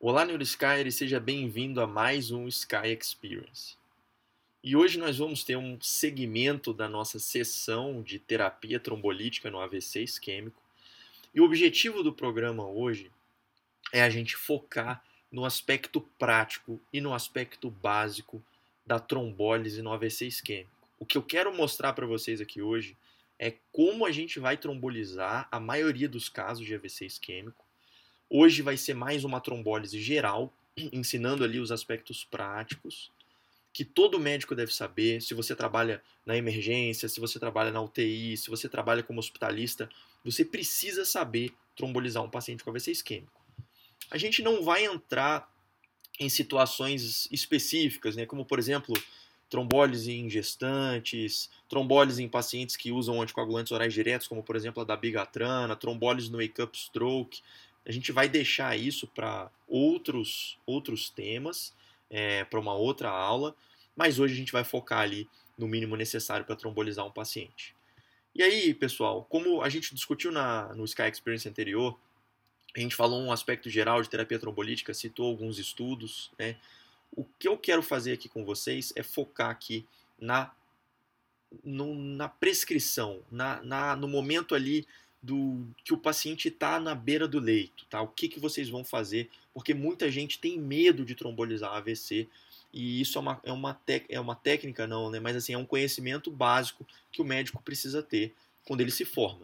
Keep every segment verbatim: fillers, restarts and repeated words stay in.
Olá, NeuroSky, e seja bem-vindo a mais um Sky Experience. E hoje nós vamos ter um segmento da nossa sessão de terapia trombolítica no A V C isquêmico. E o objetivo do programa hoje é a gente focar no aspecto prático e no aspecto básico da trombólise no A V C isquêmico. O que eu quero mostrar para vocês aqui hoje é como a gente vai trombolizar a maioria dos casos de A V C isquêmico. Hoje vai ser mais uma trombólise geral, ensinando ali os aspectos práticos, que todo médico deve saber. Se você trabalha na emergência, se você trabalha na U T I, se você trabalha como hospitalista, você precisa saber trombolizar um paciente com A V C isquêmico. A gente não vai entrar em situações específicas, né, como, por exemplo, trombólise em gestantes, trombólise em pacientes que usam anticoagulantes orais diretos, como, por exemplo, a dabigatrana, trombólise no wake-up stroke. A gente vai deixar isso para outros, outros temas, é, para uma outra aula, mas hoje a gente vai focar ali no mínimo necessário para trombolizar um paciente. E aí, pessoal, como a gente discutiu na, no Sky Experience anterior, a gente falou um aspecto geral de terapia trombolítica, citou alguns estudos, né? O que eu quero fazer aqui com vocês é focar aqui na, no, na prescrição, na, na, no momento ali do que o paciente está na beira do leito, tá? O que, que vocês vão fazer? Porque muita gente tem medo de trombolizar A V C e isso é uma, é uma, tec, é uma técnica, não, né? Mas assim, é um conhecimento básico que o médico precisa ter quando ele se forma.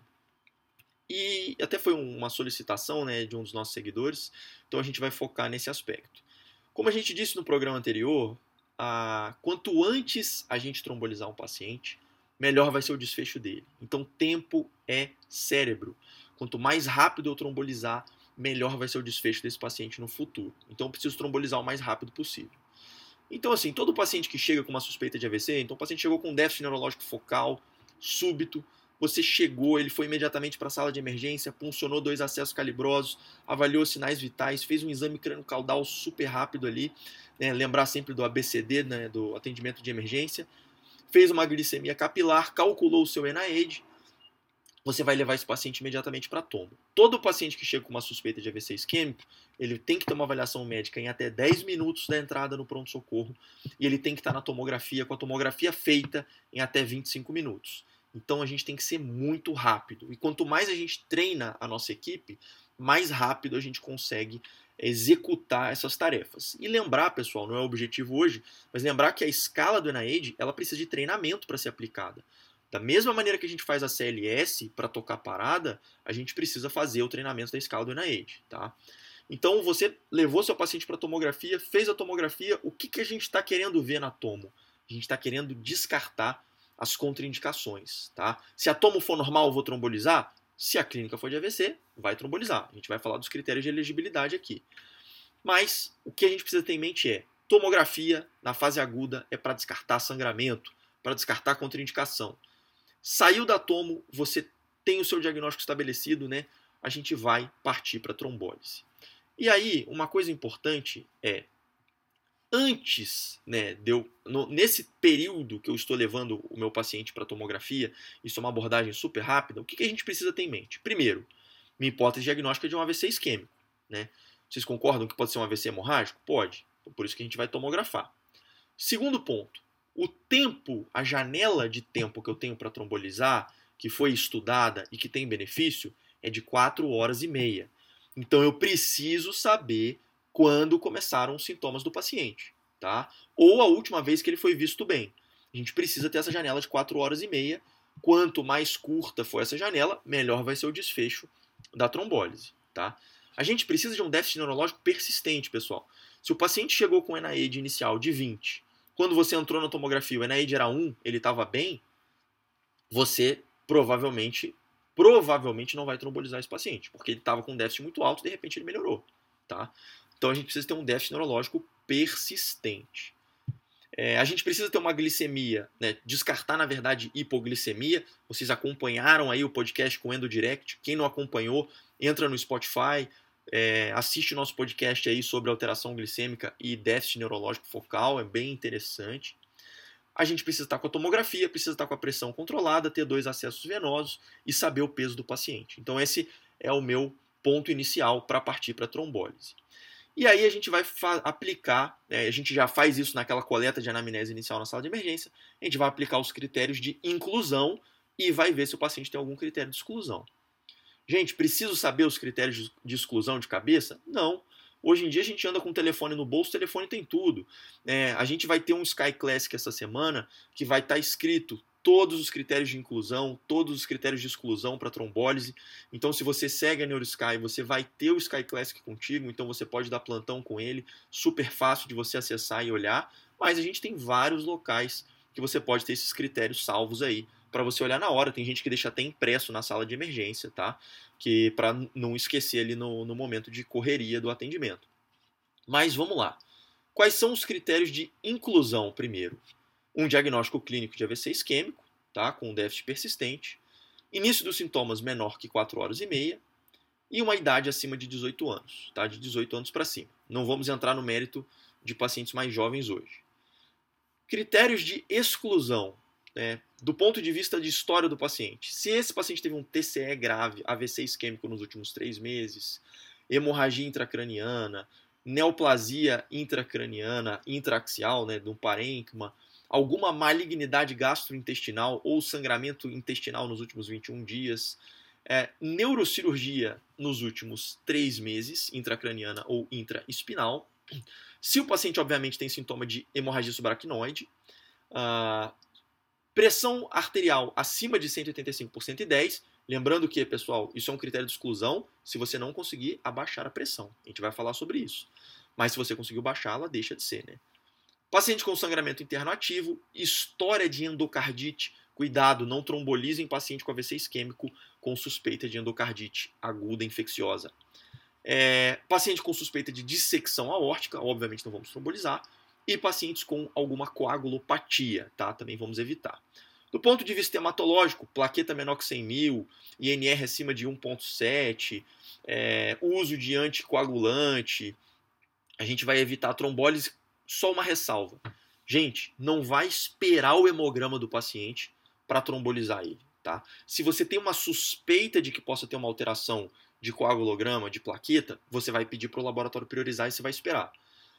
E até foi uma solicitação, né, de um dos nossos seguidores, então a gente vai focar nesse aspecto. Como a gente disse no programa anterior, a, quanto antes a gente trombolizar um paciente, melhor vai ser o desfecho dele. Então, tempo é cérebro. Quanto mais rápido eu trombolizar, melhor vai ser o desfecho desse paciente no futuro. Então, eu preciso trombolizar o mais rápido possível. Então, assim, todo paciente que chega com uma suspeita de A V C, então o paciente chegou com um déficit neurológico focal, súbito, você chegou, ele foi imediatamente para a sala de emergência, puncionou dois acessos calibrosos, avaliou sinais vitais, fez um exame crânio-caudal super rápido ali, né, lembrar sempre do A B C D, né, do atendimento de emergência, fez uma glicemia capilar, calculou o seu N A E D, você vai levar esse paciente imediatamente para tomo. Todo paciente que chega com uma suspeita de A V C isquêmico, ele tem que ter uma avaliação médica em até dez minutos da entrada no pronto-socorro e ele tem que estar na tomografia, com a tomografia feita em até vinte e cinco minutos. Então a gente tem que ser muito rápido. E quanto mais a gente treina a nossa equipe, mais rápido a gente consegue executar essas tarefas. E lembrar, pessoal, não é o objetivo hoje, mas lembrar que a escala do N A E D, ela precisa de treinamento para ser aplicada. Da mesma maneira que a gente faz a C L S para tocar parada, a gente precisa fazer o treinamento da escala do N A E D. Tá? Então você levou seu paciente para a tomografia, fez a tomografia, o que, que a gente está querendo ver na tomo? A gente está querendo descartar as contraindicações. Tá? Se a tomo for normal, eu vou trombolizar? Se a clínica for de A V C, vai trombolizar. A gente vai falar dos critérios de elegibilidade aqui. Mas o que a gente precisa ter em mente é, tomografia na fase aguda é para descartar sangramento, para descartar contraindicação. Saiu da tomo, você tem o seu diagnóstico estabelecido, né? A gente vai partir para trombólise. E aí, uma coisa importante é, antes, né, de eu, no, nesse período que eu estou levando o meu paciente para tomografia, isso é uma abordagem super rápida, o que, que a gente precisa ter em mente? Primeiro, minha hipótese diagnóstica é de um A V C isquêmico, né? Vocês concordam que pode ser um A V C hemorrágico? Pode. Então, por isso que a gente vai tomografar. Segundo ponto, o tempo, a janela de tempo que eu tenho para trombolizar, que foi estudada e que tem benefício, é de quatro horas e meia. Então eu preciso saber quando começaram os sintomas do paciente, tá? Ou a última vez que ele foi visto bem. A gente precisa ter essa janela de quatro horas e meia. Quanto mais curta for essa janela, melhor vai ser o desfecho da trombólise, tá? A gente precisa de um déficit neurológico persistente, pessoal. Se o paciente chegou com N A E D inicial de vinte, quando você entrou na tomografia, o N A E D era um, ele estava bem, você provavelmente, provavelmente não vai trombolizar esse paciente, porque ele estava com um déficit muito alto e de repente ele melhorou. Tá? Então a gente precisa ter um déficit neurológico persistente. É, a gente precisa ter uma glicemia, né? Descartar, na verdade, hipoglicemia. Vocês acompanharam aí o podcast com o EndoDirect. Quem não acompanhou, entra no Spotify, é, assiste o nosso podcast aí sobre alteração glicêmica e déficit neurológico focal, é bem interessante. A gente precisa estar com a tomografia, precisa estar com a pressão controlada, ter dois acessos venosos e saber o peso do paciente. Então esse é o meu ponto inicial para partir para a trombólise. E aí a gente vai aplicar, né, a gente já faz isso naquela coleta de anamnese inicial na sala de emergência, a gente vai aplicar os critérios de inclusão e vai ver se o paciente tem algum critério de exclusão. Gente, preciso saber os critérios de exclusão de cabeça? Não. Hoje em dia a gente anda com o telefone no bolso, o telefone tem tudo. É, a gente vai ter um Sky Classic essa semana que vai estar escrito todos os critérios de inclusão, todos os critérios de exclusão para trombólise. Então, se você segue a NeuroSky, você vai ter o Sky Classic contigo, então você pode dar plantão com ele, super fácil de você acessar e olhar. Mas a gente tem vários locais que você pode ter esses critérios salvos aí para você olhar na hora. Tem gente que deixa até impresso na sala de emergência, tá? Que para não esquecer ali no, no momento de correria do atendimento. Mas vamos lá. Quais são os critérios de inclusão primeiro? Um diagnóstico clínico de A V C isquêmico, tá? Com um déficit persistente, início dos sintomas menor que quatro horas e meia e uma idade acima de dezoito anos, tá? De dezoito anos para cima. Não vamos entrar no mérito de pacientes mais jovens hoje. Critérios de exclusão, né? Do ponto de vista de história do paciente. Se esse paciente teve um T C E grave, A V C isquêmico nos últimos três meses, hemorragia intracraniana, neoplasia intracraniana, intraaxial, né, do parênquima, alguma malignidade gastrointestinal ou sangramento intestinal nos últimos vinte e um dias, é, neurocirurgia nos últimos três meses, intracraniana ou intraespinal. Se o paciente, obviamente, tem sintoma de hemorragia subaracnoide, uh, pressão arterial acima de cento e oitenta e cinco por cento e dez, lembrando que, pessoal, isso é um critério de exclusão se você não conseguir abaixar a pressão. A gente vai falar sobre isso. Mas se você conseguiu baixar, ela deixa de ser, né? Paciente com sangramento interno ativo, história de endocardite, cuidado, não trombolizem paciente com A V C isquêmico com suspeita de endocardite aguda infecciosa. É, paciente com suspeita de dissecção aórtica, obviamente não vamos trombolizar, e pacientes com alguma coagulopatia, tá? Também vamos evitar. Do ponto de vista hematológico, plaqueta menor que cem mil, I N R acima de um ponto sete, é, uso de anticoagulante, a gente vai evitar trombólise. Só uma ressalva. Gente, não vai esperar o hemograma do paciente para trombolizar ele, tá? Se você tem uma suspeita de que possa ter uma alteração de coagulograma, de plaqueta, você vai pedir para o laboratório priorizar e você vai esperar.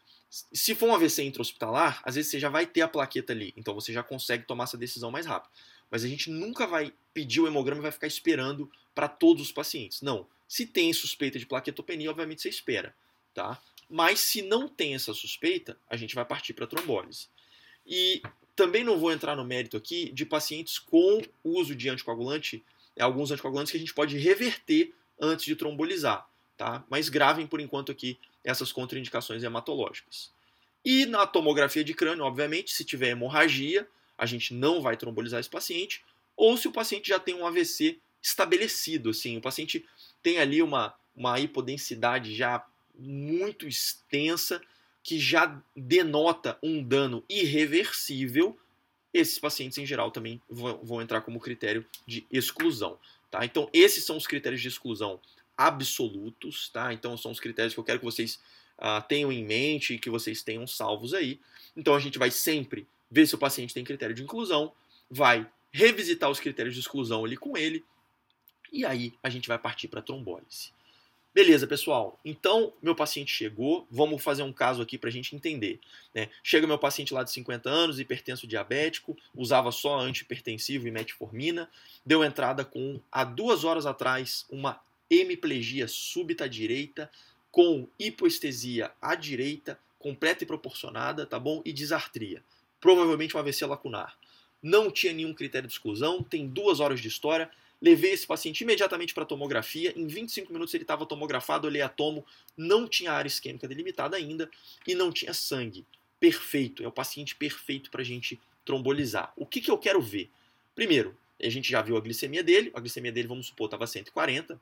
Se for um A V C intra-hospitalar, às vezes você já vai ter a plaqueta ali, então você já consegue tomar essa decisão mais rápido. Mas a gente nunca vai pedir o hemograma e vai ficar esperando para todos os pacientes. Não. Se tem suspeita de plaquetopenia, obviamente você espera, tá? Mas se não tem essa suspeita, a gente vai partir para trombólise. E também não vou entrar no mérito aqui de pacientes com uso de anticoagulante, alguns anticoagulantes que a gente pode reverter antes de trombolizar, tá? Mas gravem por enquanto aqui essas contraindicações hematológicas. E na tomografia de crânio, obviamente, se tiver hemorragia, a gente não vai trombolizar esse paciente, ou se o paciente já tem um A V C estabelecido, assim, o paciente tem ali uma, uma hipodensidade já muito extensa, que já denota um dano irreversível, esses pacientes em geral também vão, vão entrar como critério de exclusão. Tá? Então esses são os critérios de exclusão absolutos, tá? Então são os critérios que eu quero que vocês uh, tenham em mente e que vocês tenham salvos aí. Então a gente vai sempre ver se o paciente tem critério de inclusão, vai revisitar os critérios de exclusão ali com ele, e aí a gente vai partir para a trombólise. Beleza, pessoal. Então, meu paciente chegou. Vamos fazer um caso aqui para a gente entender, né? Chega meu paciente lá de cinquenta anos, hipertenso diabético, usava só antihipertensivo e metformina, deu entrada com, há duas horas atrás, uma hemiplegia súbita à direita, com hipoestesia à direita, completa e proporcionada, tá bom? E disartria. Provavelmente um A V C lacunar. Não tinha nenhum critério de exclusão, tem duas horas de história. Levei esse paciente imediatamente para a tomografia. Em vinte e cinco minutos ele estava tomografado, olhei a tomo, não tinha área isquêmica delimitada ainda e não tinha sangue. Perfeito, é o paciente perfeito para a gente trombolizar. O que, que eu quero ver? Primeiro, a gente já viu a glicemia dele, a glicemia dele, vamos supor, estava cento e quarenta.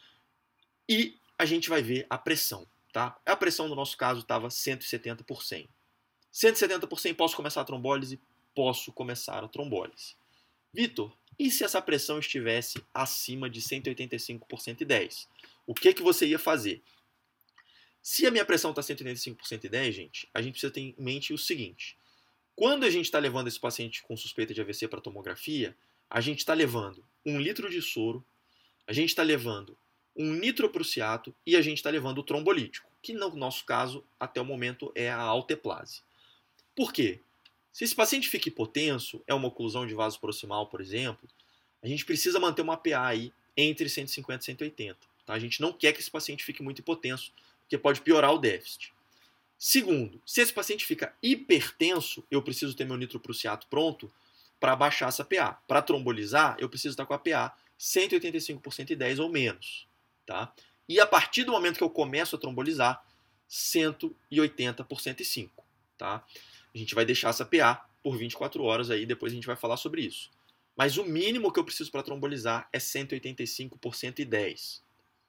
E a gente vai ver a pressão, tá? A pressão no nosso caso estava cento e setenta por cem. cento e setenta por cem, posso começar a trombólise? Posso começar a trombólise. Vitor, e se essa pressão estivesse acima de cento e oitenta e cinco por cento e dez? O que, que você ia fazer? Se a minha pressão está cento e oitenta e cinco por cento e dez, gente, a gente precisa ter em mente o seguinte. Quando a gente está levando esse paciente com suspeita de A V C para tomografia, a gente está levando um litro de soro, a gente está levando um nitroprussiato e a gente está levando o trombolítico, que no nosso caso, até o momento, é a alteplase. Por quê? Se esse paciente fica hipotenso, é uma oclusão de vaso proximal, por exemplo, a gente precisa manter uma P A aí entre cento e cinquenta e cento e oitenta. Tá? A gente não quer que esse paciente fique muito hipotenso, porque pode piorar o déficit. Segundo, se esse paciente fica hipertenso, eu preciso ter meu nitroprussiato pronto para baixar essa P A. Para trombolizar, eu preciso estar com a P A cento e oitenta e cinco por cento e dez ou menos. Tá? E a partir do momento que eu começo a trombolizar, cento e oitenta por cento e cinco. Tá? A gente vai deixar essa P A por vinte e quatro horas aí, depois a gente vai falar sobre isso. Mas o mínimo que eu preciso para trombolizar é cento e oitenta e cinco por cento e dez.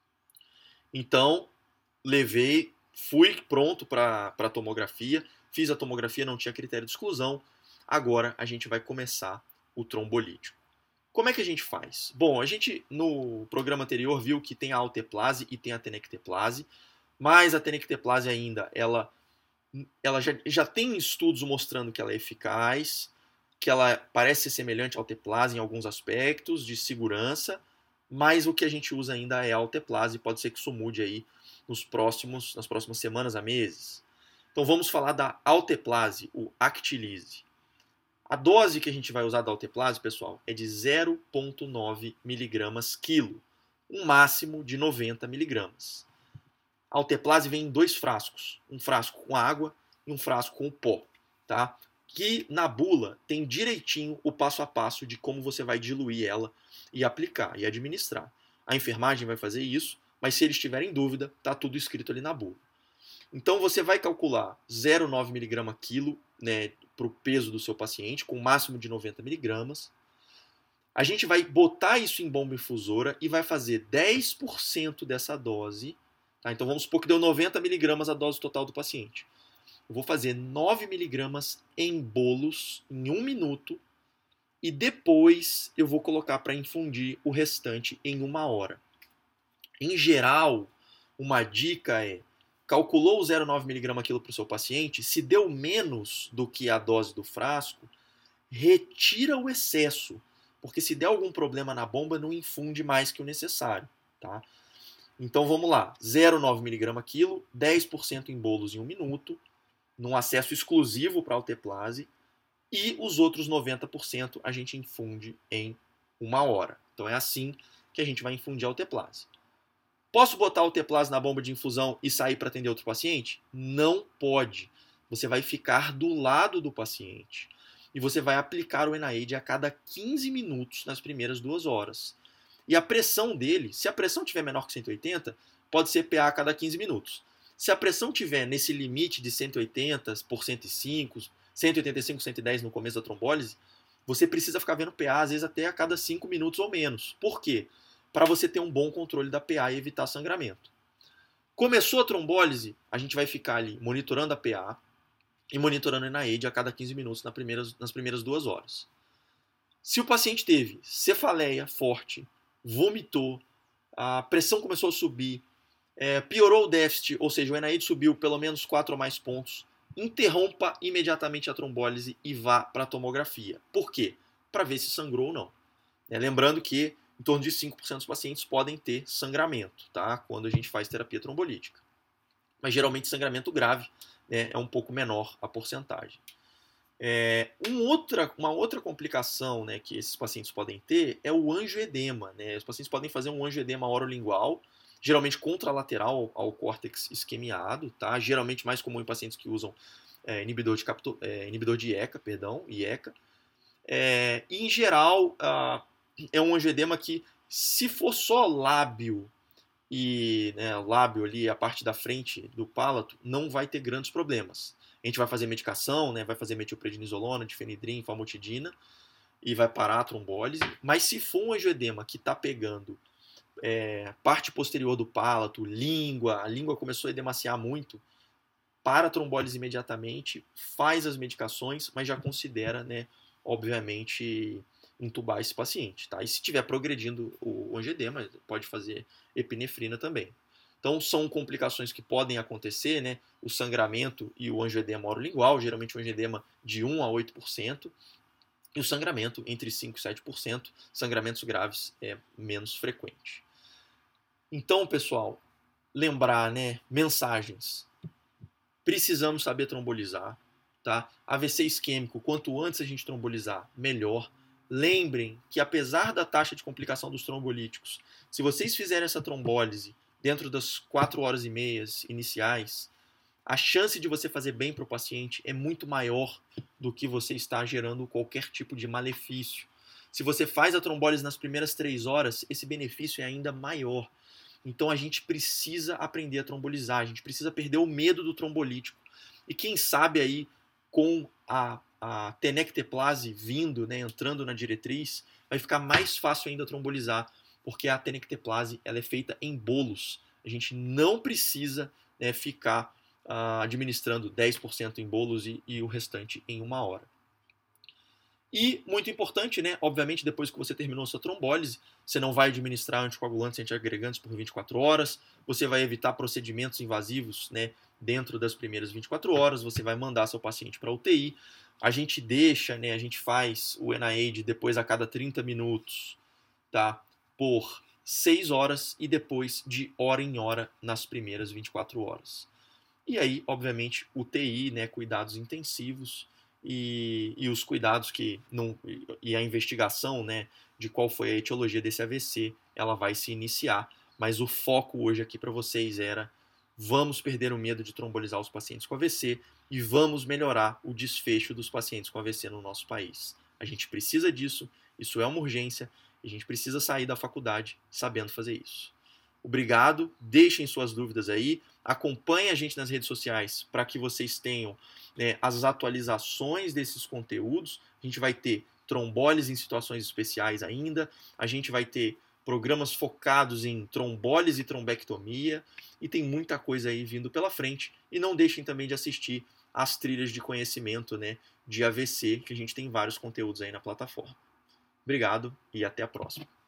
Então, levei, fui pronto para a tomografia, fiz a tomografia, não tinha critério de exclusão. Agora a gente vai começar o trombolítico. Como é que a gente faz? Bom, a gente no programa anterior viu que tem a alteplase e tem a tenecteplase, mas a tenecteplase ainda, ela, ela já, já tem estudos mostrando que ela é eficaz, que ela parece ser semelhante à alteplase em alguns aspectos de segurança, mas o que a gente usa ainda é a alteplase, pode ser que isso mude aí nos próximos, nas próximas semanas a meses. Então vamos falar da alteplase, o Actilise. A dose que a gente vai usar da alteplase, pessoal, é de zero vírgula nove miligramas quilo, um máximo de noventa miligramas. A alteplase vem em dois frascos, um frasco com água e um frasco com o pó, tá? Que na bula tem direitinho o passo a passo de como você vai diluir ela e aplicar e administrar. A enfermagem vai fazer isso, mas se eles tiverem dúvida, tá tudo escrito ali na bula. Então você vai calcular zero vírgula nove miligrama quilo, né, para o peso do seu paciente, com um máximo de noventa miligramas. A gente vai botar isso em bomba infusora e vai fazer dez por cento dessa dose. Tá? Então vamos supor que deu noventa miligramas a dose total do paciente. Eu vou fazer nove miligramas em bolos em um minuto e depois eu vou colocar para infundir o restante em uma hora. Em geral, uma dica é, calculou o zero vírgula nove miligrama quilo para o seu paciente, se deu menos do que a dose do frasco, retira o excesso, porque se der algum problema na bomba, não infunde mais que o necessário. Tá? Então vamos lá, zero vírgula nove miligrama quilo, dez por cento em bolos em um minuto, num acesso exclusivo para a alteplase, e os outros noventa por cento a gente infunde em uma hora. Então é assim que a gente vai infundir a alteplase. Posso botar a alteplase na bomba de infusão e sair para atender outro paciente? Não pode. Você vai ficar do lado do paciente e você vai aplicar o NaAID a cada quinze minutos nas primeiras duas horas. E a pressão dele, se a pressão tiver menor que cento e oitenta, pode ser P A a cada quinze minutos. Se a pressão tiver nesse limite de cento e oitenta por cento e cinco, cento e oitenta e cinco por cento e dez no começo da trombólise, você precisa ficar vendo P A às vezes até a cada cinco minutos ou menos. Por quê? Para você ter um bom controle da P A e evitar sangramento. Começou a trombólise, a gente vai ficar ali monitorando a P A e monitorando a NaAID a cada quinze minutos nas primeiras, nas primeiras duas horas. Se o paciente teve cefaleia forte, vomitou, a pressão começou a subir, é, piorou o déficit, ou seja, o NaAID subiu pelo menos quatro ou mais pontos, interrompa imediatamente a trombólise e vá para a tomografia. Por quê? Para ver se sangrou ou não. É, lembrando que em torno de cinco por cento dos pacientes podem ter sangramento, tá? Quando a gente faz terapia trombolítica. Mas geralmente sangramento grave, né, é um pouco menor a porcentagem. É, um outra, uma outra complicação, né, que esses pacientes podem ter é o angioedema. Né? Os pacientes podem fazer um angioedema orolingual, geralmente contralateral ao córtex isquemiado, tá? Geralmente mais comum em pacientes que usam é, inibidor, de capto, é, inibidor de IECA, perdão, IECA. É, e em geral, ah, é um angioedema que, se for só lábio e né, lábio ali, a parte da frente do palato, não vai ter grandes problemas. A gente vai fazer medicação, né, vai fazer metilprednisolona, difenidrim, famotidina e vai parar a trombólise. Mas se for um angioedema que está pegando é, parte posterior do palato, língua, a língua começou a edemaciar muito, para a trombólise imediatamente, faz as medicações, mas já considera, né, obviamente, intubar esse paciente. Tá? E se estiver progredindo o angioedema, pode fazer epinefrina também. Então, são complicações que podem acontecer, né? O sangramento e o angioedema orolingual, geralmente o angioedema de um a oito por cento, e o sangramento entre cinco e sete por cento, sangramentos graves é menos frequente. Então, pessoal, lembrar, né, mensagens. Precisamos saber trombolizar, tá? A V C isquêmico, quanto antes a gente trombolizar, melhor. Lembrem que apesar da taxa de complicação dos trombolíticos, se vocês fizerem essa trombólise dentro das quatro horas e meias iniciais, a chance de você fazer bem para o paciente é muito maior do que você está gerando qualquer tipo de malefício. Se você faz a trombólise nas primeiras três horas, esse benefício é ainda maior. Então a gente precisa aprender a trombolizar, a gente precisa perder o medo do trombolítico. E quem sabe aí, com a, a tenecteplase vindo, né, entrando na diretriz, vai ficar mais fácil ainda trombolizar, porque a tenecteplase ela é feita em bolos. A gente não precisa, né, ficar uh, administrando dez por cento em bolos e, e o restante em uma hora. E, muito importante, né? Obviamente, depois que você terminou a sua trombólise, você não vai administrar anticoagulantes e antiagregantes por vinte e quatro horas, você vai evitar procedimentos invasivos, né, dentro das primeiras vinte e quatro horas, você vai mandar seu paciente para a U T I, a gente deixa, né, a gente faz o N I A D depois a cada trinta minutos, tá? Por seis horas e depois de hora em hora nas primeiras vinte e quatro horas. E aí, obviamente, U T I, né, cuidados intensivos, E, e os cuidados que não, e a investigação, né, de qual foi a etiologia desse A V C, ela vai se iniciar, mas o foco hoje aqui para vocês era: vamos perder o medo de trombolizar os pacientes com A V C e vamos melhorar o desfecho dos pacientes com A V C no nosso país. A gente precisa disso, isso é uma urgência, e a gente precisa sair da faculdade sabendo fazer isso. Obrigado, deixem suas dúvidas aí, acompanhem a gente nas redes sociais para que vocês tenham, né, as atualizações desses conteúdos. A gente vai ter trombólise em situações especiais ainda, a gente vai ter programas focados em trombólise e trombectomia, e tem muita coisa aí vindo pela frente. E não deixem também de assistir as trilhas de conhecimento, né, de A V C, que a gente tem vários conteúdos aí na plataforma. Obrigado e até a próxima.